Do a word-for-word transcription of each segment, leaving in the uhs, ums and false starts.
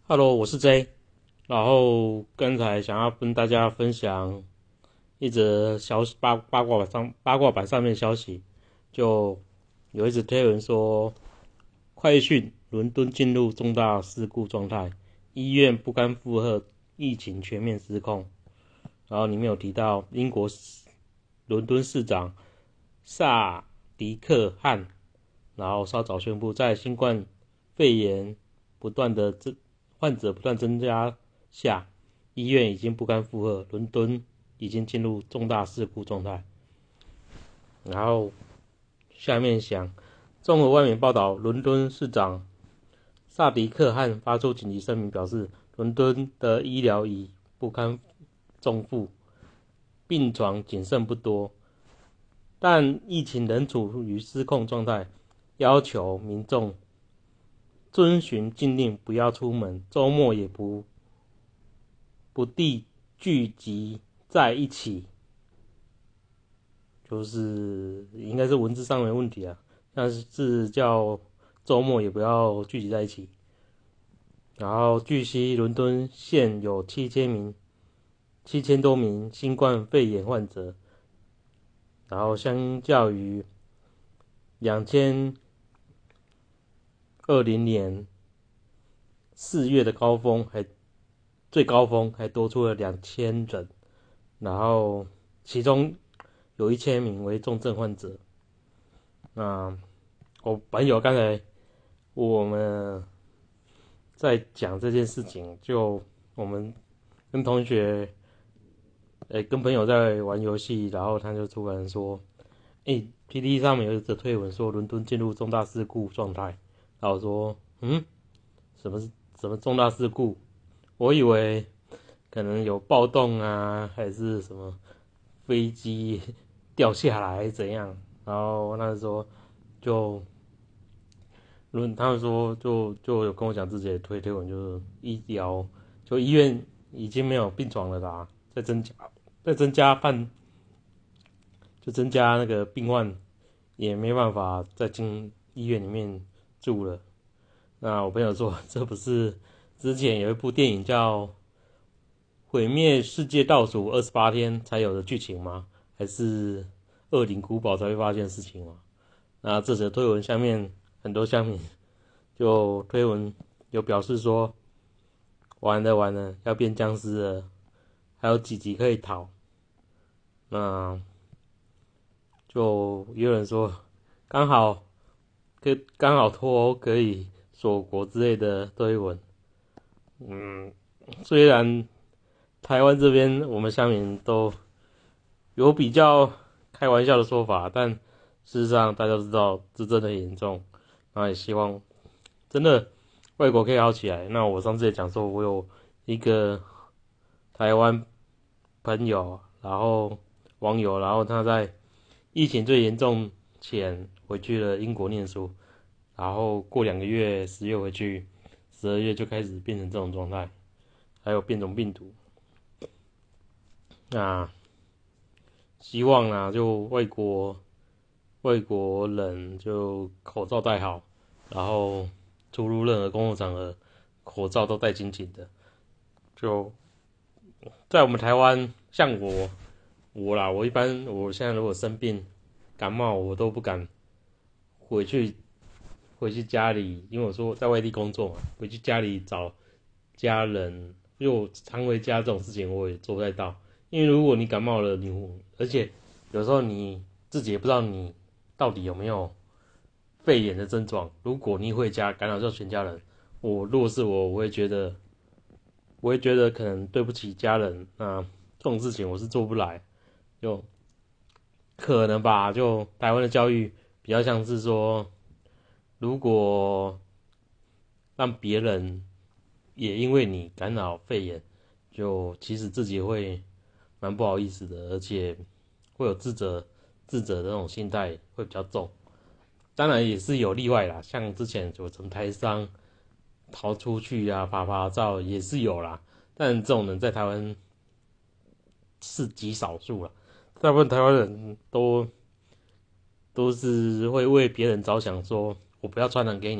Hello，我是 J。然后刚才想要跟大家分享一则消息八八卦版上八卦版上面的消息，就有一则推文说，快讯伦敦进入重大事故状态，医院不堪负荷，疫情全面失控。然后里面有提到英国伦敦市长萨迪克汗，然后稍早宣布，在新冠肺炎不断的患者不断增加下，医院已经不堪负荷，伦敦已经进入重大事故状态。然后下面想，综合外媒报道，伦敦市长萨迪克汗发出紧急声明，表示伦敦的医疗已不堪重负，病床仅剩不多，但疫情仍处于失控状态，要求民众遵循禁令，不要出门，周末也不不地聚集在一起。就是应该是文字上的问题啊，但是叫周末也不要聚集在一起。然后据悉，伦敦现有七千名七千多名新冠肺炎患者，然后相较于两千二零年四月的高峰还最高峰还多出了两千人，然后其中有一千名为重症患者。那我朋友刚才我们在讲这件事情，就我们跟同学，诶，跟朋友在玩游戏，然后他就突然说，诶 ，P D 上面有一则推文说伦敦进入重大事故状态，然后我说，嗯，什么什么重大事故？我以为可能有暴动啊，还是什么飞机掉下来怎样？然后那时候就，他们说就就有跟我讲自己的推推文，就是医疗就医院已经没有病床了啦，再增加再增加犯就增加那个病患也没办法再进医院里面住了。那我朋友说，这不是之前有一部电影叫《毁灭世界倒数二十八天》才有的剧情吗？还是恶灵古堡才会发现的事情吗？那这则推文下面很多乡民就推文有表示说，完了完了，要变僵尸了，还有几集可以逃。那就有人说，刚好可刚好脱欧可以锁国之类的推文。嗯，虽然台湾这边我们乡民都有比较开玩笑的说法，但事实上大家都知道这真的很严重。那也希望真的外国可以好起来。那我上次也讲说，我有一个台湾朋友，然后网友，然后他在疫情最严重前回去了英国念书，然后过两个月，十月回去，十二月就开始变成这种状态，还有变种病毒。那希望啊，就外国外国人就口罩戴好，然后出入任何公共场合，口罩都戴紧紧的。就在我们台湾，像我我啦，我一般我现在如果生病感冒，我都不敢回去回去家里，因为我说在外地工作嘛，回去家里找家人，因为我常回家这种事情我也做不太到。因为如果你感冒了，你而且有时候你自己也不知道你到底有没有肺炎的症状，如果你回家感染到全家人，我如果是我，我会觉得，我会觉得可能对不起家人，那这种事情我是做不来，就可能吧。就台湾的教育比较像是说，如果让别人也因为你感染肺炎，就其实自己会蛮不好意思的，而且会有自责自责的那种心态会比较重。当然也是有例外啦，像之前有从台商逃出去啊，拍拍照也是有啦，但这种人在台湾是极少数啦，大部分台湾人都都是会为别人着想说，我不要传染给你，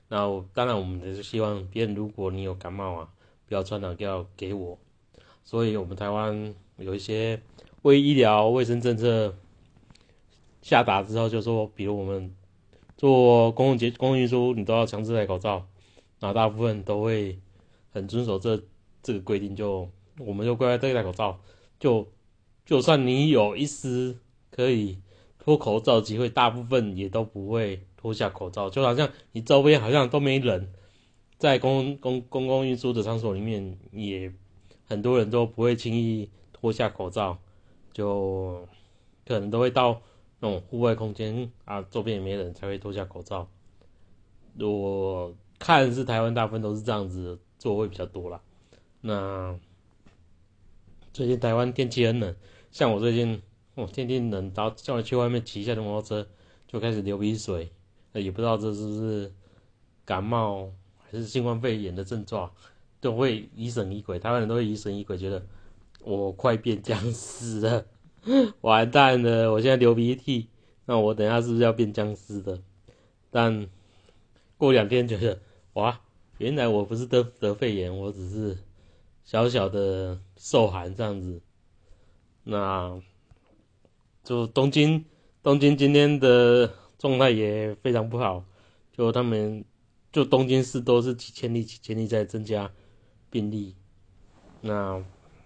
那我当然我们也是希望别人如果你有感冒啊，不要传染掉给我。所以我们台湾有一些为医疗卫生政策下达之后，就说，比如我们做公共节公共运输，你都要强制戴口罩，然后大部分都会很遵守这这个规定，就我们就乖乖戴口罩，就就算你有一丝可以脱口罩的机会，大部分也都不会脱下口罩，就好像你周边好像都没人，在公公公共运输的场所里面，也很多人都不会轻易脱下口罩，就可能都会到那种户外空间啊，周边也没人才会脱下口罩。我看是台湾大部分都是这样子做会比较多啦。那最近台湾天气很冷，像我最近哦天气冷，然后叫我去外面骑一下摩托车，就开始流鼻水，也不知道这是不是感冒还是新冠肺炎的症状，都会疑神疑鬼，台湾人都会疑神疑鬼，觉得我快变僵尸了，完蛋了，我现在流鼻涕，那我等一下是不是要变僵尸的？但过两天觉得，哇，原来我不是得得肺炎，我只是小小的受寒这样子。那就东京，东京今天的状态也非常不好，就他们就东京市都是几千例几千例在增加病例，那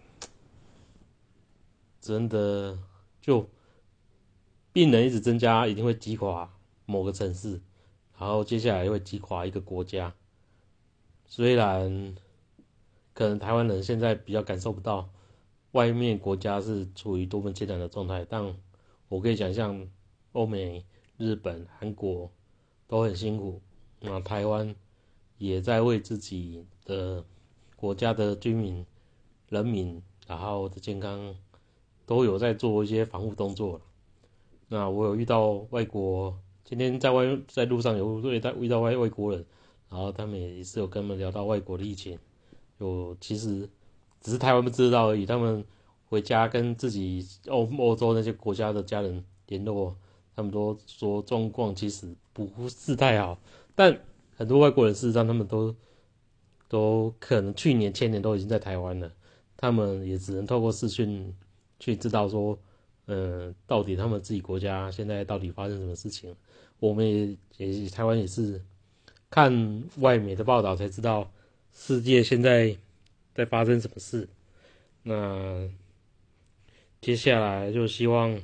真的就病人一直增加，一定会击垮某个城市，然后接下来会击垮一个国家。虽然可能台湾人现在比较感受不到外面国家是处于多么艰难的状态，但我可以想象欧美、日本、韩国都很辛苦，那台湾也在为自己的国家的居民、人民，然后的健康都有在做一些防护动作。那我有遇到外国，今天在外在路上有遇到遇到外外国人，然后他们也是有跟他们聊到外国的疫情，就其实只是台湾不知道而已，他们回家跟自己欧欧洲那些国家的家人联络，他们都说状况其实不是太好，但很多外国人事实上他们都都可能去年前年都已经在台湾了，他们也只能透过视讯去知道说，呃，到底他们自己国家现在到底发生什么事情。我们也也台湾也是看外媒的报道才知道世界现在在发生什么事。那接下来就希望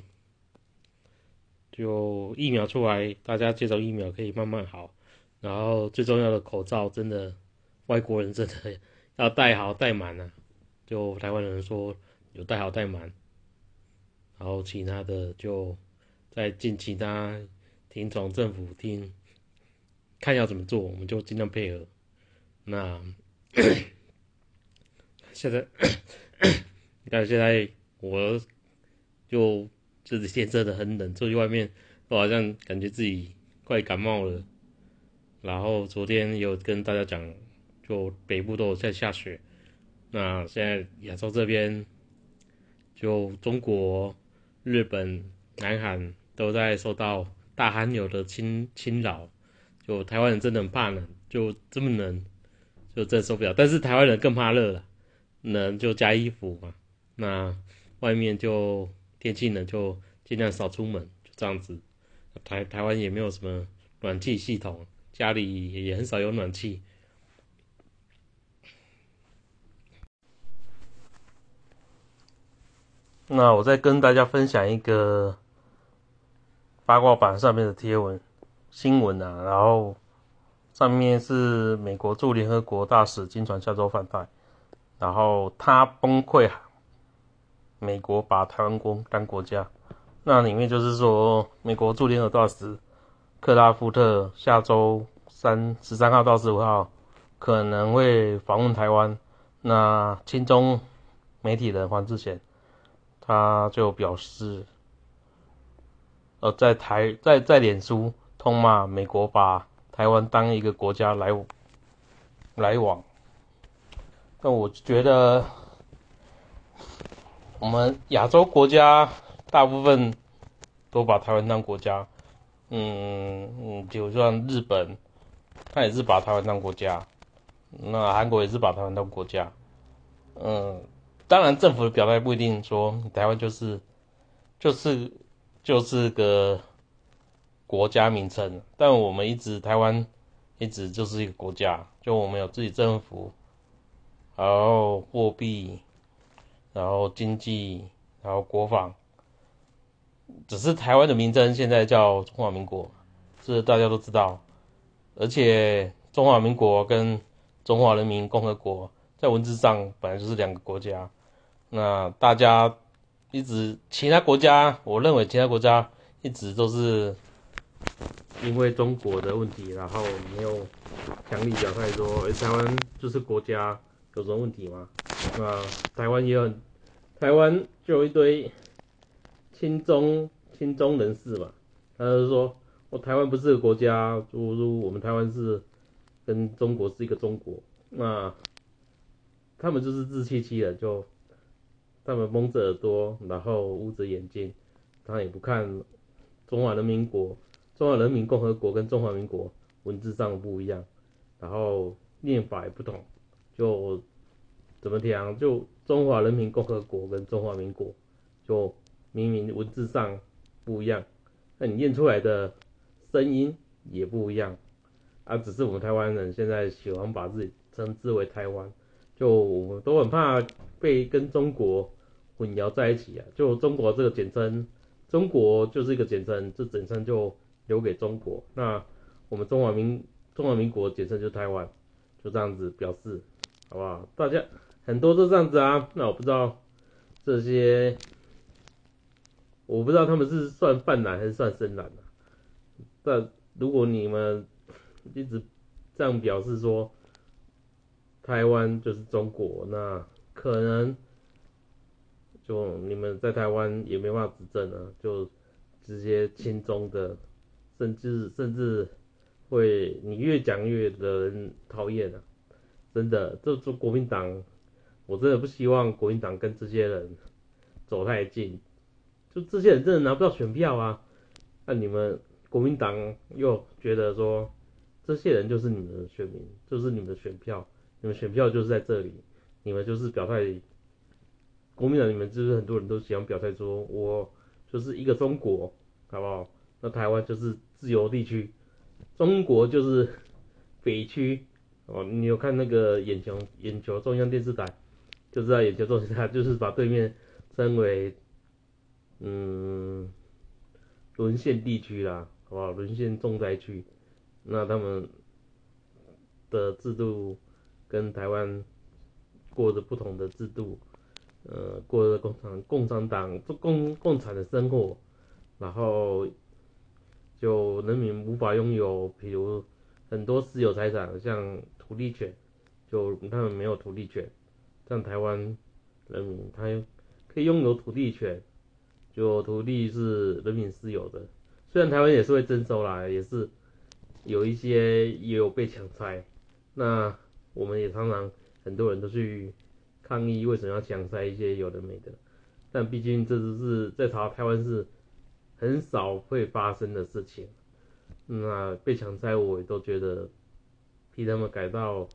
就疫苗出来，大家接种疫苗可以慢慢好，然后最重要的口罩真的外国人真的要戴好戴满啊，就台湾人说有戴好戴满，然后其他的就再进其他听从政府听，看要怎么做我们就尽量配合。那现在你看现在我就这几天真的很冷，出去外面我好像感觉自己快感冒了。然后昨天有跟大家讲，就北部都有在下雪，那现在亚洲这边就中国、日本、南韩都在受到大寒流的侵侵扰，就台湾人真的很怕冷，就这么冷就真的受不了。但是台湾人更怕热了，冷就加衣服嘛，那外面就天气冷就尽量少出门，就这样子。台台湾也没有什么暖气系统，家里也很少有暖气。那我再跟大家分享一个八卦版上面的贴文新闻啊，然后上面是美国驻联合国大使金传下周访台，然后他崩溃，美国把台湾当国家。那里面就是说，美国驻联合大使克拉夫特下周三十三号到十五号可能会访问台湾。那亲中媒体人黄志贤他就表示，呃，在台在在脸书痛骂美国把台湾当一个国家来来往。那我觉得我们亚洲国家大部分都把台湾当国家，嗯嗯，比如说日本、 他也是把台湾当国家，那韩国也是把台湾当国家。嗯，当然政府的表态不一定说台湾就是就是就是个国家名称，但我们一直台湾一直就是一个国家，就我们有自己政府，然后货币，然后经济，然后国防，只是台湾的名称现在叫中华民国，这大家都知道。而且中华民国跟中华人民共和国在文字上本来就是两个国家。那大家一直其他国家，我认为其他国家一直都是因为中国的问题，然后没有强力表态说，诶，台湾就是国家，有什么问题吗？那台湾也有，台湾就有一堆亲中亲中人士嘛，他就说，我、哦、台湾不是个国家，诸如我们台湾是跟中国是一个中国，那他们就是自欺欺人，就他们蒙着耳朵，然后捂着眼睛，他也不看中华人民国、中华人民共和国跟中华民国文字上不一样，然后念法也不同，就怎么讲？就中华人民共和国跟中华民国，就明明文字上不一样，那你念出来的声音也不一样啊。只是我们台湾人现在喜欢把自己称之为台湾，就我们都很怕被跟中国混淆在一起啊。就中国这个简称，中国就是一个简称，这简称就留给中国。那我们中华民中华民国简称就台湾，就这样子表示，好不好？大家很多都这样子啊。那我不知道这些，我不知道他们是算泛蓝还是算深蓝啊。但如果你们一直这样表示说台湾就是中国，那可能就你们在台湾也没办法执政啊，就直接亲中的，甚至甚至会你越讲越惹人讨厌啊！真的，这这国民党，我真的不希望国民党跟这些人走太近，就这些人真的拿不到选票啊！那你们国民党又觉得说，这些人就是你们的选民，就是你们的选票，你们选票就是在这里，你们就是表态，国民党你们就是很多人都喜欢表态说，我就是一个中国，好不好？那台湾就是自由地区，中国就是北区。哦，你有看那个眼球眼球中央电视台，就是在眼球中央电视台，就是把对面称为嗯沦陷地区啦，好不好？沦陷重灾区。那他们的制度跟台湾过着不同的制度，呃，过着共产共产党共共产的生活，然后就人民无法拥有，比如很多私有财产，像土地权，就他们没有土地权，像台湾人民他可以拥有土地权，就土地是人民私有的，虽然台湾也是会征收啦，也是有一些也有被强拆，那我们也常常很多人都去抗议为什么要强拆一些有的没的，但毕竟这只是在台湾是很少会发生的事情，那被强拆我也都觉得替他们改到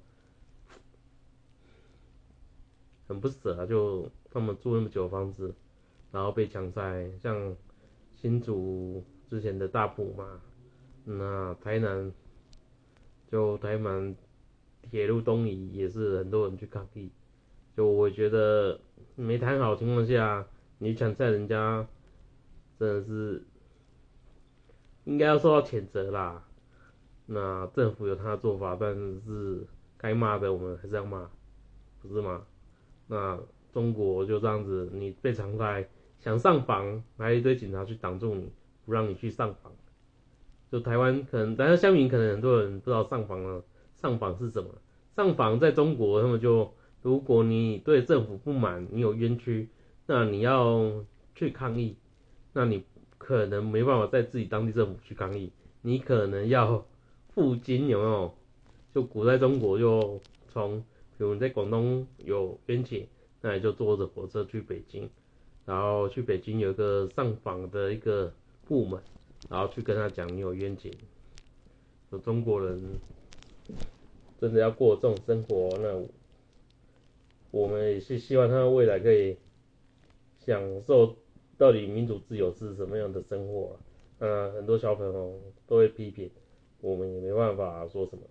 很不舍啊，就他们住那么久的房子，然后被强拆，像新竹之前的大埔嘛，那台南就台南铁路东移也是很多人去抗议，就我觉得没谈好的情况下，你强拆人家真的是应该要受到谴责啦。那政府有他的做法，但是该骂的我们还是要骂，不是吗？那中国就这样子，你被强拆，想上访，来一堆警察去挡住你，不让你去上访。就台湾可能，但是乡民可能很多人不知道上访了，上访是什么？上访在中国，他们就如果你对政府不满，你有冤屈，那你要去抗议，那你可能没办法在自己当地政府去抗议，你可能要赴京，有没有？就古代中国就从，比如你在广东有冤情，那你就坐着火车去北京，然后去北京有一个上访的一个部门，然后去跟他讲你有冤情，有中国人真的要过这种生活，那我们也是希望他们未来可以享受到底民主自由是什么样的生活啊。那很多小朋友都会批评，我们也没办法说什么。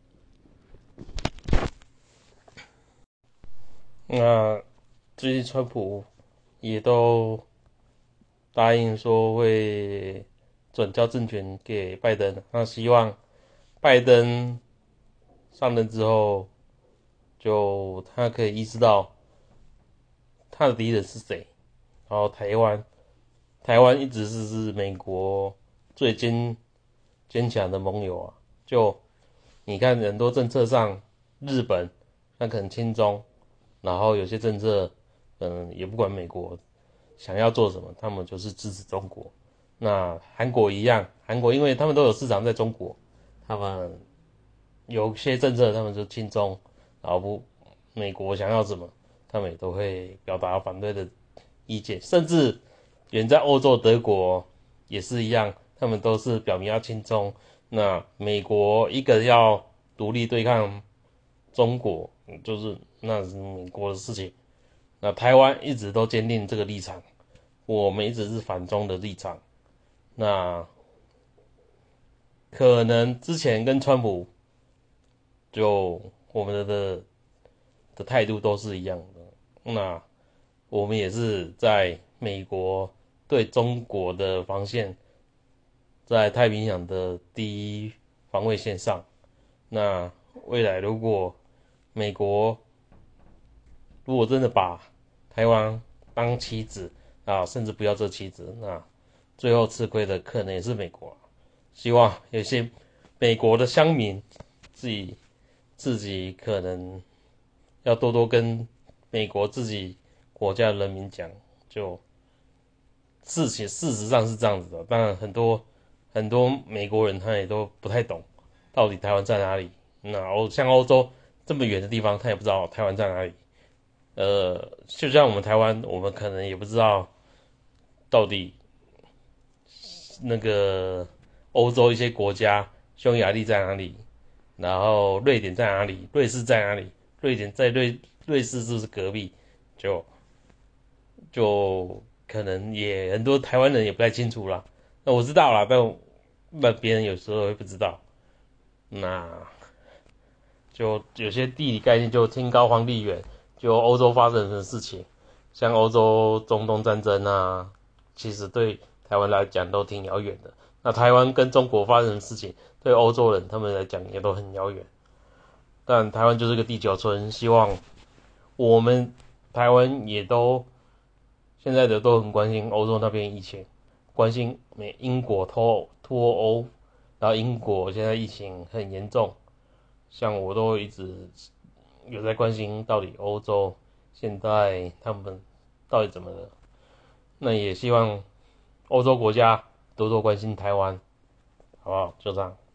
那最近川普也都答应说会转交政权给拜登，那希望拜登上任之后，就他可以意识到他的敌人是谁。然后台湾，台湾一直是是美国最坚坚强的盟友啊。就你看很多政策上，日本那可能亲中，然后有些政策，嗯，也不管美国想要做什么，他们就是支持中国。那韩国一样，韩国因为他们都有市场在中国，他们有些政策他们就亲中，然后不美国想要什么，他们也都会表达反对的意见，甚至远在欧洲德国也是一样，他们都是表明要亲中。那美国一个要独立对抗中国，就是那是美国的事情。那台湾一直都坚定这个立场，我们一直是反中的立场。那可能之前跟川普就我们的的态度都是一样的。那我们也是在美国对中国的防线，在太平洋的第一防卫线上。那未来如果美国如果真的把台湾当棋子啊，甚至不要这棋子，那最后吃亏的可能也是美国。希望有些美国的乡民自己自己可能要多多跟美国自己国家的人民讲，就事情事实上是这样子的。当然很多很多美国人他也都不太懂到底台湾在哪里。那欧像欧洲这么远的地方，他也不知道台湾在哪里。呃，就像我们台湾，我们可能也不知道到底那个欧洲一些国家，匈牙利在哪里，然后瑞典在哪里，瑞士在哪里，瑞典在瑞瑞士是不是隔壁？就就可能也很多台湾人也不太清楚啦。那我知道啦，但那别人有时候会不知道。那就有些地理概念就天高皇帝远，就欧洲发生的事情，像欧洲中东战争啊，其实对台湾来讲都挺遥远的。那台湾跟中国发生的事情，对欧洲人他们来讲也都很遥远。但台湾就是个地球村，希望我们台湾也都现在的都很关心欧洲那边疫情，关心美英国脱脱欧，然后英国现在疫情很严重。像我都一直有在关心到底欧洲现在他们到底怎么了。那也希望欧洲国家多多关心台湾，好不好？就这样。